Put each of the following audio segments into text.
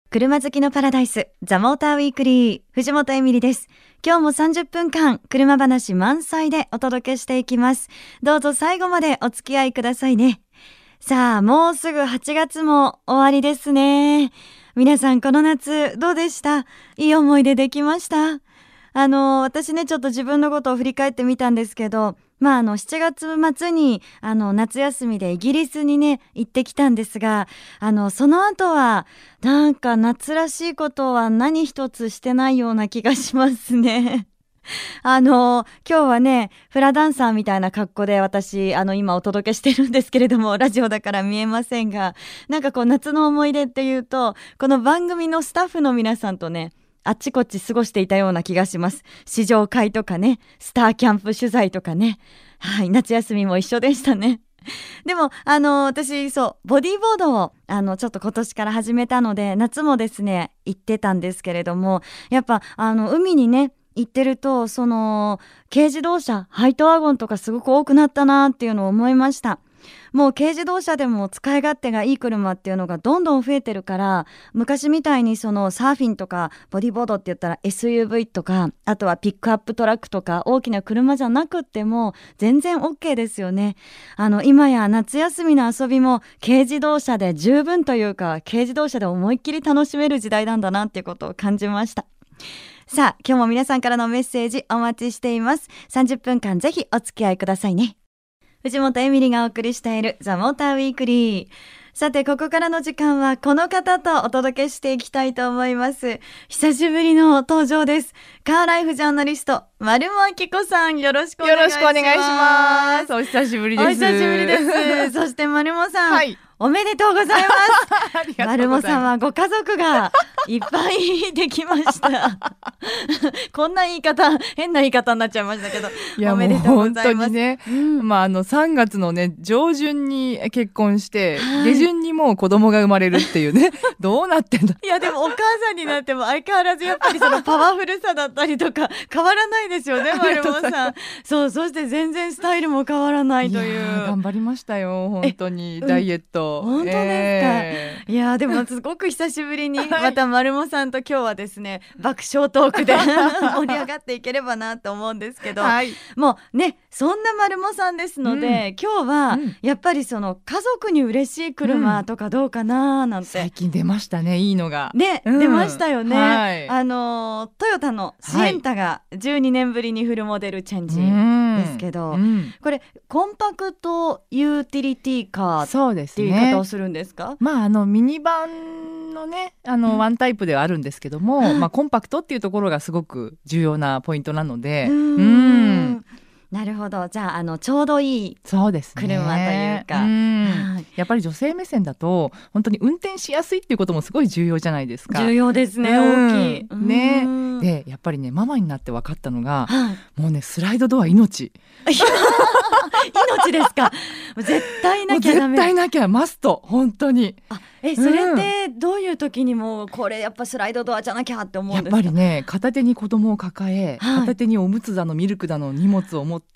車好きのパラダイス、ザ・モーターウィークリー、藤本エミリです。今日も30分間車話満載でお届けしていきます。どうぞ最後までお付き合いくださいね。さあ、もうすぐ8月も終わりですね。皆さんこの夏どうでした？いい思い出できました？私ね、ちょっと自分のことを振り返ってみたんですけど、7月末に夏休みでイギリスにね行ってきたんですが、その後はなんか夏らしいことは何一つしてないような気がしますね。今日はねフラダンサーみたいな格好で私今お届けしてるんですけれども、ラジオだから見えませんが、なんかこう夏の思い出っていうと、この番組のスタッフの皆さんとねあっちこっち過ごしていたような気がします。試乗会とかね、スターキャンプ取材とかね、はい、夏休みも一緒でしたね。でも私ボディーボードをちょっと今年から始めたので、夏もですね行ってたんですけれども、やっぱ海にね行ってると、その軽自動車、ハイトワゴンとかすごく多くなったなっていうのを思いました。もう軽自動車でも使い勝手がいい車っていうのがどんどん増えてるから、昔みたいにそのサーフィンとかボディボードって言ったら SUV とか、あとはピックアップトラックとか大きな車じゃなくっても全然 OK ですよね。今や夏休みの遊びも軽自動車で十分というか、軽自動車で思いっきり楽しめる時代なんだなっていうことを感じました。さあ、今日も皆さんからのメッセージお待ちしています。30分間ぜひお付き合いくださいね。藤本エミリがお送りしているザ・モーターウィークリー。さて、ここからの時間はこの方とお届けしていきたいと思います。久しぶりの登場です。カーライフジャーナリスト丸茂明子さん、よろしくお願いします。 よろしくお願いします。お久しぶりです。 お久しぶりですそして丸茂さん、はい、おめでとうございます丸茂さんはご家族がいっぱいできましたこんな言い方、変な言い方になっちゃいましたけど、 いや、 おめでとうございます。 もう本当にね、3月のね上旬に結婚して、はい、下旬にもう子供が生まれるっていうねどうなってんだ。 いやでもお母さんになっても相変わらずやっぱりそのパワフルさだったりとか変わらないですよね丸茂さん。そして全然スタイルも変わらないという。 頑張りましたよ本当に、ダイエット。 本当ですか？いやでもすごく久しぶりにまた丸茂さんと今日はですね爆笑トークで盛り上がっていければなと思うんですけど、はい、もうねそんな丸茂さんですので、今日はやっぱりその家族に嬉しい車とかどうかななんて、 最近出ましたね、いいのがね、出ましたよね、 はい、 トヨタのシエンタが12年ぶりにフルモデルチェンジですけど、これコンパクトユーティリティカーっていう言い方をするんですか？ ミニバンのねワンタイプではあるんですけども、コンパクトっていうところがすごく重要なポイントなので、 なるほど。じゃあ、ちょうどいい車というか、 やっぱり女性目線だと本当に運転しやすいっていうこともすごい重要じゃないですか。 重要ですね、大きいね。でやっぱりねママになって分かったのが、もうねスライドドア命命ですか？絶対なきゃダメ。 絶対なきゃマスト、本当に。 それってどういう時にもこれやっぱスライドドアじゃなきゃって思うんですか？ やっぱりね片手に子供を抱え、片手におむつだのミルクだの荷物を持って、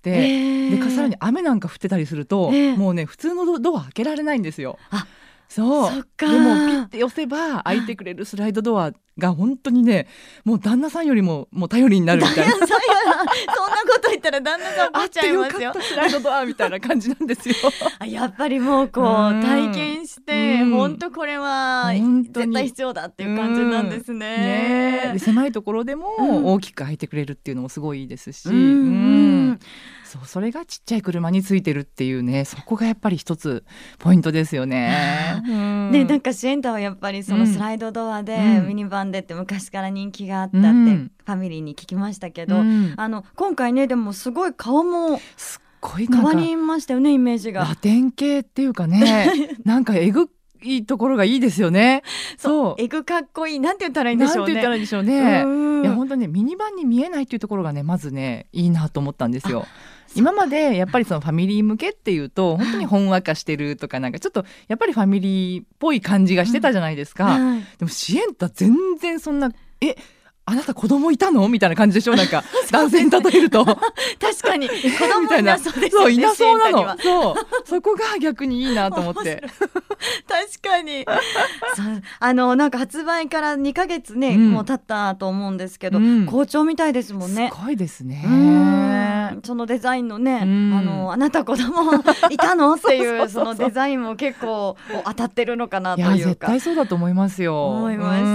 でさらに雨なんか降ってたりすると、もうね普通のドア開けられないんですよ。そうでもピッて押せば開いてくれるスライドドアが本当にね、もう旦那さんよりももう頼りになるみたいな。そんなこと言ったら旦那さん怒っちゃいますよ。 あってよかったスライドドアみたいな感じなんですよやっぱりもうこう体験して、本当これは絶対必要だっていう感じなんですね。 で狭いところでも大きく開いてくれるっていうのもすごいいいですし、それがちっちゃい車についてるっていうね、そこがやっぱり一つポイントですよね。 なんかシエンタはやっぱりそのスライドドアで、ミニバンでって昔から人気があったって、ファミリーに聞きましたけど、今回ねでもすごい顔もすっごい変わりましたよね、イメージが。 ラテン系っていうかねなんかえぐいいところがいいですよね。 えぐかっこいい、なんて言ったらいいんでしょうね。 いや本当にミニバンに見えないっていうところがねまずねいいなと思ったんですよ。今までやっぱりそのファミリー向けっていうと本当にほんわかしてるとか、なんかちょっとやっぱりファミリーっぽい感じがしてたじゃないですか、でもシエンタ全然そんなあなた子供いたのみたいな感じでしょ。なんか男性に例えると確かに子供いなそうですよね。 そういなそうなの。そこが逆にいいなと思って確かになんか発売から2ヶ月ね、もう経ったと思うんですけど、好調みたいですもんね。 すごいですね。 そのデザインのね、あなた子供いたのっていうそのデザインも結構当たってるのかなというか。 いや絶対そうだと思いますよ。 思いました。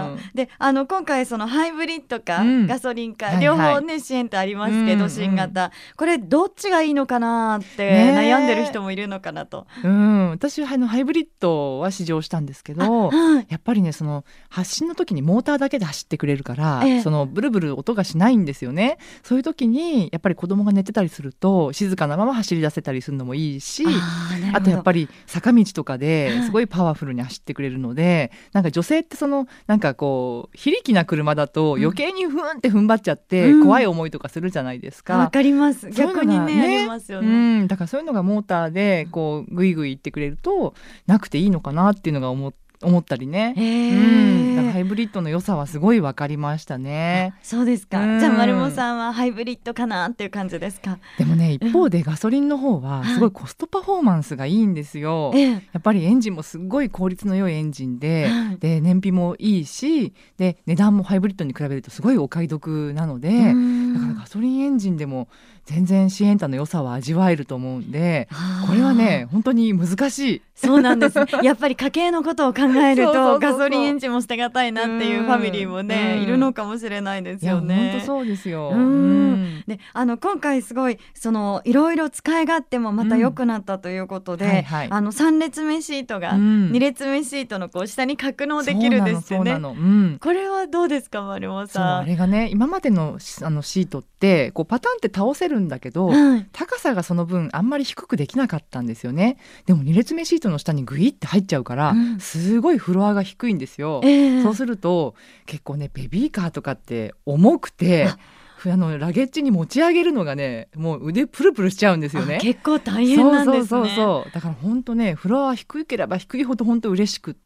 で今回そのハイブリッドか、ガソリンか、両方ねシエンタありますけど、新型これどっちがいいのかなって悩んでる人もいるのかなと。 私はハイブリッドは試乗したんですけど、やっぱりねその発進の時にモーターだけで走ってくれるから、そのブルブル音がしないんですよね。そういう時にやっぱり子供が寝てたりすると静かなまま走り出せたりするのもいいし、あとやっぱり坂道とかですごいパワフルに走ってくれるので、なんか女性ってそのなんかこう非力な車だと余計にふんって踏ん張っちゃって、怖い思いとかするじゃないですか。 わかります。逆にねありますよね。 だからそういうのがモーターでこうグイグイいってくれるとなくていいのかなっていうのが思ったりね。だからハイブリッドの良さはすごい分かりましたね。 そうですか。じゃあ丸茂さんはハイブリッドかなっていう感じですか。 でもね一方でガソリンの方はすごいコストパフォーマンスがいいんですよ。やっぱりエンジンもすごい効率の良いエンジンで、燃費もいいし、で値段もハイブリッドに比べるとすごいお買い得なので、だからガソリンエンジンでも全然シエンタの良さは味わえると思うんで、これはね本当に難しい。 そうなんですやっぱり家計のことを考えるとガソリンエンジンも捨てがたいなっていうファミリーもね、いるのかもしれないですよね。 いや本当そうですよ。 で今回すごいそのいろいろ使い勝手もまた良くなったということで、3列目シートが2列目シートのこう下に格納できるんですよね。これはどうですか丸茂さん。 あれがね今までのシートってこうパタンって倒せるんだけど、高さがその分あんまり低くできなかったんですよね。でも2列目シートの下にグイって入っちゃうから、すごいフロアが低いんですよ。そうすると結構ねベビーカーとかって重くてラゲッジに持ち上げるのがねもう腕プルプルしちゃうんですよね。 結構大変なんですね。 そうだから本当ねフロア低ければ低いほど本当嬉しくって、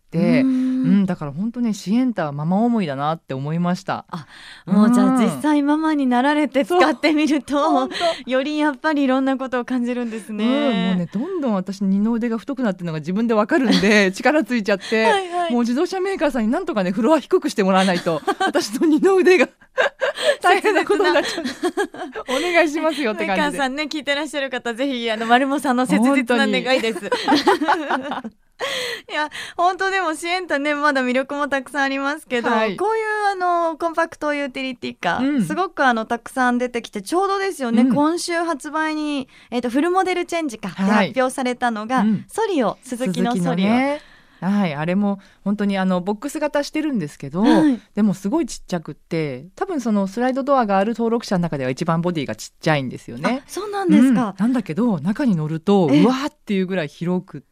だから本当ねシエンタはママ思いだなって思いました。 もうじゃあ実際ママになられて使ってみるとよりやっぱりいろんなことを感じるんですね。 もうねどんどん私二の腕が太くなってるのが自分でわかるんで力ついちゃってもう自動車メーカーさんになんとかねフロア低くしてもらわないと私の二の腕が大変なことになっちゃうお願いしますよって感じで。 メーカーさんね聞いてらっしゃる方ぜひ丸茂さんの切実な願いです。いや本当でもシエンタねまだ魅力もたくさんありますけど、こういうコンパクトユーティリティカー、すごくたくさん出てきてちょうどですよね、今週発売に、フルモデルチェンジかで発表されたのが、ソリオスズキのソリオ。 あれも本当にボックス型してるんですけど、でもすごいちっちゃくって多分そのスライドドアがある登録者の中では一番ボディがちっちゃいんですよね。 そうなんですか。 なんだけど中に乗るとうわーっていうぐらい広くって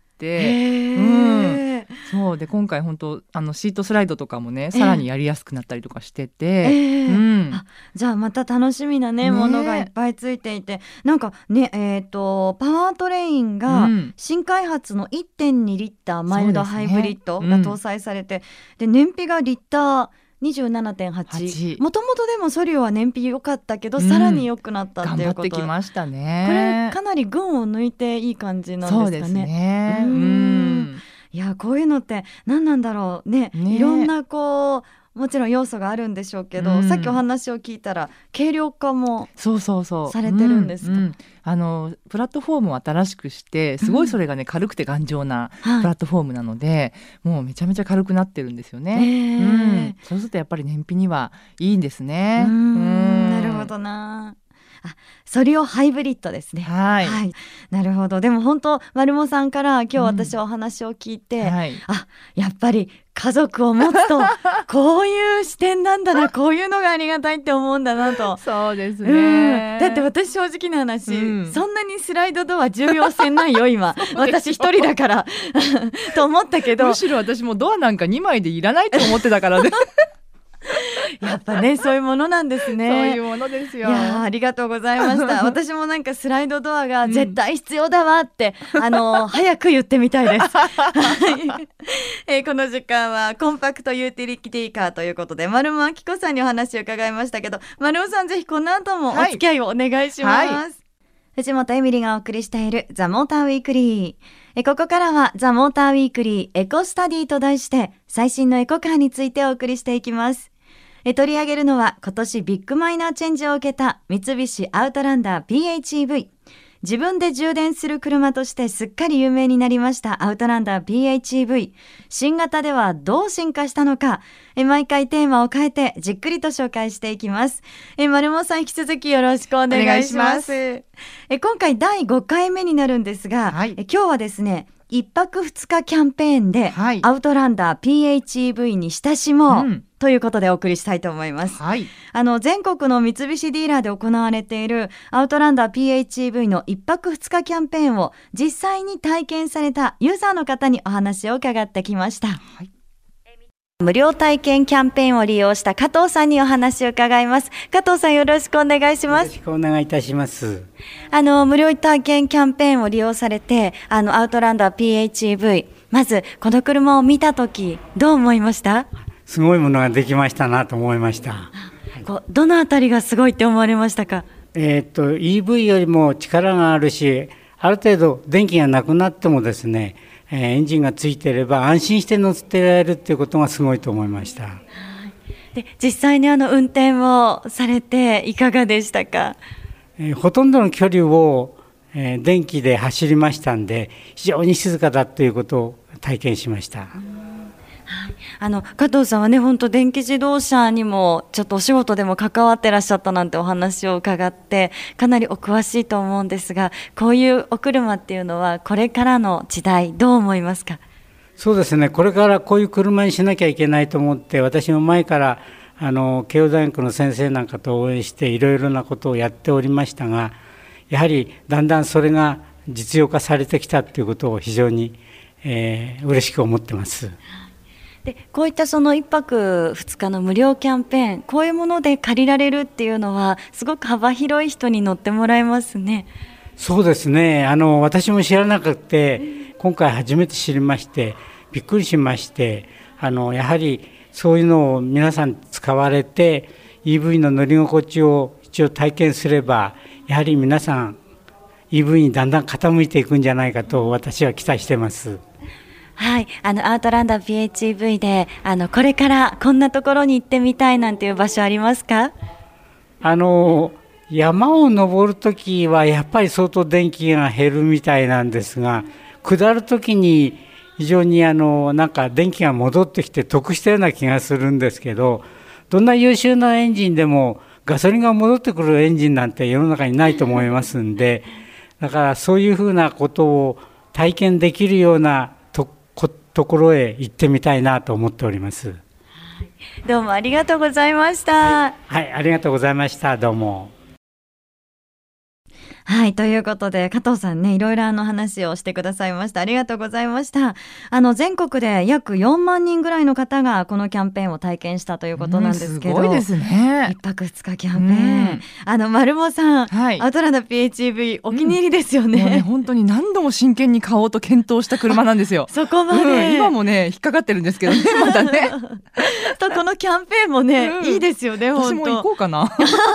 そうで今回本当シートスライドとかもねさらにやりやすくなったりとかしてて、 じゃあまた楽しみなねものがいっぱいついていて、なんかねパワートレインが新開発の 1.2 リッターマイルドハイブリッドが搭載されて、で燃費がリッター27.8 もともとでもソリオは燃費良かったけど、さらに良くなったっていうこと、 頑張ってきましたね。 これかなり群を抜いていい感じなんですかね。 そうですね。 いやこういうのって何なんだろうね、いろんなもちろん要素があるんでしょうけど、さっきお話を聞いたら軽量化もされてるんですか。 プラットフォームを新しくしてすごいそれがね、軽くて頑丈なプラットフォームなので、もうめちゃめちゃ軽くなってるんですよね。そうするとやっぱり燃費にはいいんですね。 なるほどな。ソリオハイブリッドですね。なるほど。でも本当丸茂さんから今日私はお話を聞いて、やっぱり家族を持つとこういう視点なんだなこういうのがありがたいって思うんだなと。 そうですね、 だって私正直な話、そんなにスライドドア重要性ないよ今私一人だからと思ったけど、 むしろ私もドアなんか2枚でいらないと思ってたからねやっぱねそういうものなんですね。 そういうものですよ。 いやありがとうございました私もなんかスライドドアが絶対必要だわって、早く言ってみたいですこの時間はコンパクトユーティリティカーということで丸尾明子さんにお話を伺いましたけど、丸尾さんぜひこの後もお付き合いをお願いします、はい、藤本エミリがお送りしているザ・モーターウィークリー。ここからはザ・モーターウィークリーエコスタディと題して最新のエコカーについてお送りしていきます。取り上げるのは今年ビッグマイナーチェンジを受けた三菱アウトランダー PHEV。 自分で充電する車としてすっかり有名になりましたアウトランダー PHEV。 新型ではどう進化したのか、毎回テーマを変えてじっくりと紹介していきます。丸本さん引き続きよろしくお願いします。今回第5回目になるんですが、はい、今日はですね1泊2日キャンペーンで、はい、アウトランダー PHEV に親しもう、ということでお送りしたいと思います、はい、全国の三菱ディーラーで行われているアウトランダー PHEV の1泊2日キャンペーンを実際に体験されたユーザーの方にお話を伺ってきました、はい、無料体験キャンペーンを利用した加藤さんにお話を伺います。加藤さんよろしくお願いします。 よろしくお願いいたします。 無料体験キャンペーンを利用されてアウトランダー PHEV、 まずこの車を見たときどう思いました？ すごいものができましたなと思いました。 どのあたりがすごいって思われましたか ？EV よりも力があるし、ある程度電気がなくなってもですね、エンジンがついていれば安心して乗ってられるっていうことがすごいと思いました。 で実際に運転をされていかがでしたか？ ほとんどの距離を、電気で走りましたんで、非常に静かだということを体験しました。 加藤さんはね本当電気自動車にもちょっとお仕事でも関わってらっしゃったなんてお話を伺ってかなりお詳しいと思うんですが、こういうお車っていうのはこれからの時代どう思いますか？ そうですね、これからこういう車にしなきゃいけないと思って、私も前から慶応大学の先生なんかと応援していろいろなことをやっておりましたが、やはりだんだんそれが実用化されてきたということを非常に、嬉しく思ってます。 でこういったその1泊2日の無料キャンペーン、こういうもので借りられるっていうのはすごく幅広い人に乗ってもらえますね。 そうですね、私も知らなくて今回初めて知りましてびっくりしまして、やはりそういうのを皆さん使われて EV の乗り心地を一応体験すれば、やはり皆さん EV にだんだん傾いていくんじゃないかと私は期待してます。 はい、アウトランダー PHEV でこれからこんなところに行ってみたいなんていう場所ありますか？ 山を登るときはやっぱり相当電気が減るみたいなんですが、下るときに非常になんか電気が戻ってきて得したような気がするんですけど、どんな優秀なエンジンでもガソリンが戻ってくるエンジンなんて世の中にないと思いますんで、だからそういうふうなことを体験できるようなところへ行ってみたいなと思っております。 どうもありがとうございました。 はい、ありがとうございました。どうも。 はい、ということで加藤さんねいろいろ話をしてくださいました。ありがとうございました。全国で約4万人ぐらいの方がこのキャンペーンを体験したということなんですけど、 すごいですね。 1泊2日キャンペーン、丸茂さん、はい、アウトランダー PHEV お気に入りですよね。 もうね本当に何度も真剣に買おうと検討した車なんですよ。 そこまで、 今もね引っかかってるんですけどねまだねとこのキャンペーンもね、いいですよね。 私も行こうかな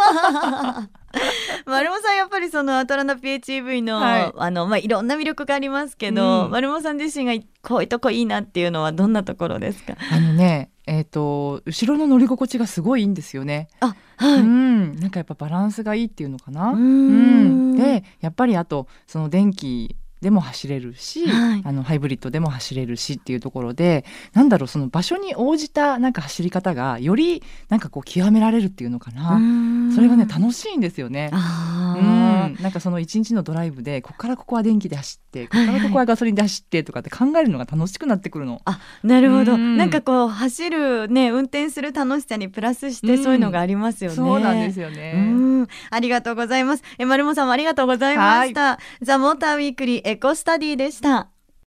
丸茂さんやっぱりそのアウトランダー PHEV の、はい、いろんな魅力がありますけど、丸茂さん自身がこういうとこいいなっていうのはどんなところですか？ 後ろの乗り心地がすごいいいんですよね。 はい、 なんかやっぱバランスがいいっていうのかな。でやっぱりあとその電気でも走れるし、はい、ハイブリッドでも走れるしっていうところで、その場所に応じたなんか走り方がよりなんかこう極められるっていうのかな。それがね楽しいんですよね。なんかその一日のドライブでここからここは電気で走って、ここからここはガソリンで走ってとかって考えるのが楽しくなってくるの。 なるほど。なんかこう走るね運転する楽しさにプラスしてそういうのがありますよね。 そうなんですよね。 ありがとうございます。丸茂さんもありがとうございました。ザ・モーターウィークリーエコスタディでした。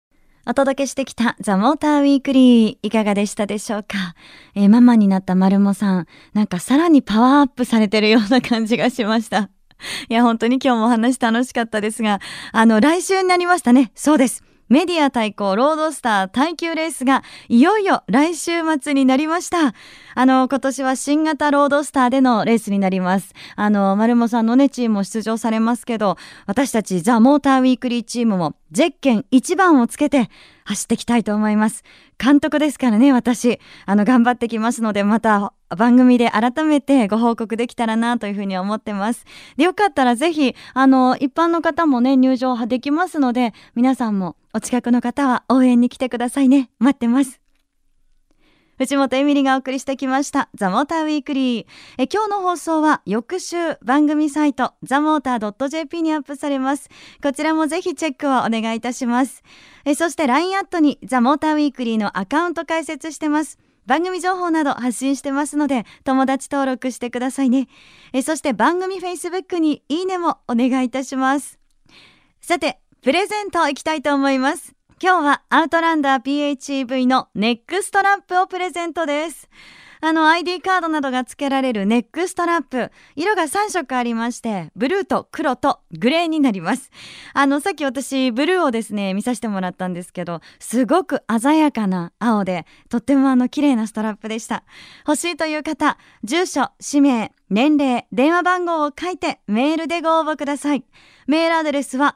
お届けしてきたザ・モーターウィークリーいかがでしたでしょうか。ママになったまるもさん、なんかさらにパワーアップされてるような感じがしました。いや本当に今日もお話楽しかったですが、来週になりましたね。そうです。メディア対抗ロードスター耐久レースがいよいよ来週末になりました。今年は新型ロードスターでのレースになります。まるもさんのねチームも出場されますけど、私たちザ・モーターウィークリーチームもゼッケン1番をつけて走っていきたいと思います。監督ですからね、私頑張ってきますので、また番組で改めてご報告できたらなというふうに思ってます。で、よかったらぜひ一般の方もね入場できますので、皆さんもお近くの方は応援に来てくださいね。待ってます。藤本エミリがお送りしてきましたザ・モーターウィークリー。今日の放送は翌週番組サイトザ・モーター .jp にアップされます。こちらもぜひチェックをお願いいたします。そして LINE アットにザ・モーターウィークリーのアカウント開設してます。番組情報など発信してますので友達登録してくださいね。そして番組 Facebook にいいねもお願いいたします。さてプレゼントいきたいと思います。今日はアウトランダー PHEV のネックストラップをプレゼントです。ID カードなどが付けられるネックストラップ、色が3色ありまして、ブルーと黒とグレーになります。さっき私ブルーをですね見させてもらったんですけど、すごく鮮やかな青でとっても綺麗なストラップでした。欲しいという方、住所、氏名、年齢、電話番号を書いてメールでご応募ください。メールアドレスは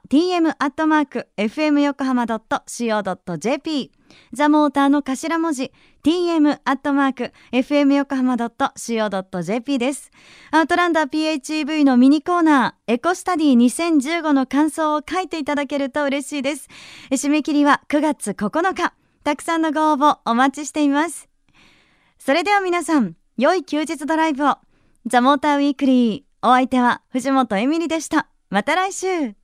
tm@fmyokohama.co.jp、 ザ・モーターの頭文字 tm@fmyokohama.co.jp です。アウトランダー PHEV のミニコーナーエコスタディ2015の感想を書いていただけると嬉しいです。締め切りは9月9日。たくさんのご応募お待ちしています。それでは皆さん、良い休日ドライブを。ザ・モーターウィークリー、お相手は藤本エミリでした。また来週。